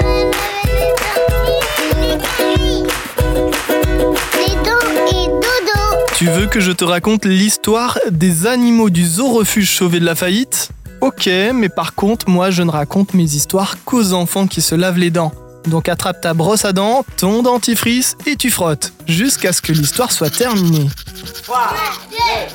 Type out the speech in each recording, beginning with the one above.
Tu veux que je te raconte l'histoire des animaux du zoo refuge sauvé de la faillite ? Ok, mais par contre, moi je ne raconte mes histoires qu'aux enfants qui se lavent les dents. Donc attrape ta brosse à dents, ton dentifrice et tu frottes, jusqu'à ce que l'histoire soit terminée. 3, 2,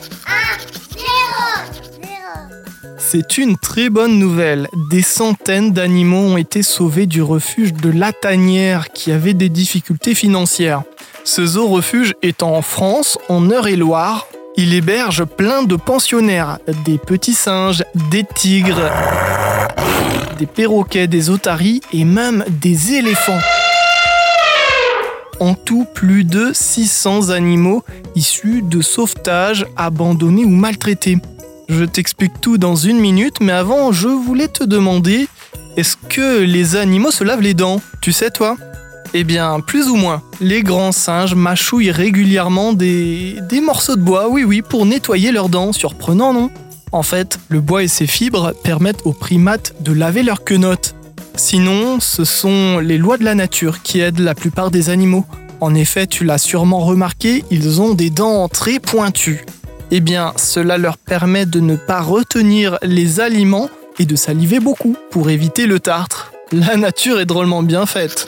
1, 0. C'est une très bonne nouvelle. Des centaines d'animaux ont été sauvés du refuge de La Tanière qui avait des difficultés financières. Ce zoo-refuge est en France, en Eure-et-Loire. Il héberge plein de pensionnaires, des petits singes, des tigres, des perroquets, des otaries et même des éléphants. En tout, plus de 600 animaux issus de sauvetage, abandonnés ou maltraités. Je t'explique tout dans 1 minute, mais avant, je voulais te demander, est-ce que les animaux se lavent les dents ? Tu sais, toi ? Eh bien, plus ou moins. Les grands singes mâchouillent régulièrement des morceaux de bois, oui, pour nettoyer leurs dents. Surprenant, non ? En fait, le bois et ses fibres permettent aux primates de laver leurs quenottes. Sinon, ce sont les lois de la nature qui aident la plupart des animaux. En effet, tu l'as sûrement remarqué, ils ont des dents très pointues. Eh bien, cela leur permet de ne pas retenir les aliments et de saliver beaucoup pour éviter le tartre. La nature est drôlement bien faite.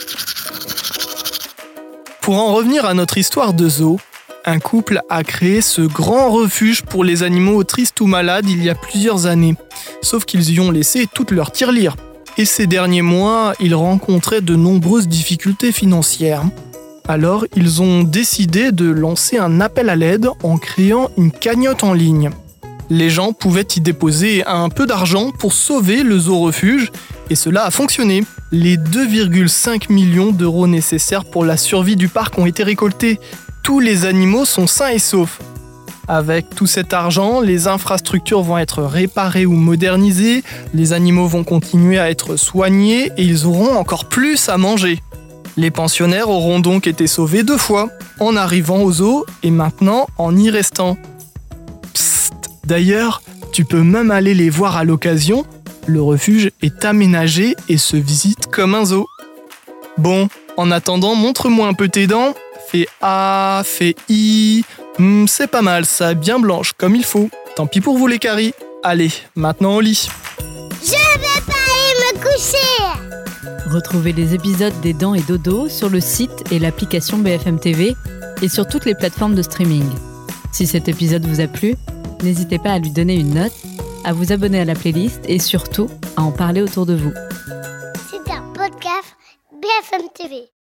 Pour en revenir à notre histoire de zoo, un couple a créé ce grand refuge pour les animaux tristes ou malades il y a plusieurs années. Sauf qu'ils y ont laissé toute leur tirelire. Et ces derniers mois, ils rencontraient de nombreuses difficultés financières. Alors, ils ont décidé de lancer un appel à l'aide en créant une cagnotte en ligne. Les gens pouvaient y déposer un peu d'argent pour sauver le zoo-refuge, et cela a fonctionné. Les 2,5 millions d'euros nécessaires pour la survie du parc ont été récoltés. Tous les animaux sont sains et saufs. Avec tout cet argent, les infrastructures vont être réparées ou modernisées, les animaux vont continuer à être soignés et ils auront encore plus à manger. Les pensionnaires auront donc été sauvés 2 fois, en arrivant au zoo et maintenant en y restant. Psst, d'ailleurs, tu peux même aller les voir à l'occasion. Le refuge est aménagé et se visite comme un zoo. Bon, en attendant, montre-moi un peu tes dents. Fais A, fais I. C'est pas mal, ça, bien blanche, comme il faut. Tant pis pour vous les caries. Allez, maintenant au lit. Je vais pas aller me coucher. Retrouvez les épisodes des Dents et Dodo sur le site et l'application BFM TV et sur toutes les plateformes de streaming. Si cet épisode vous a plu, n'hésitez pas à lui donner une note, à vous abonner à la playlist et surtout à en parler autour de vous. C'est un podcast BFM TV.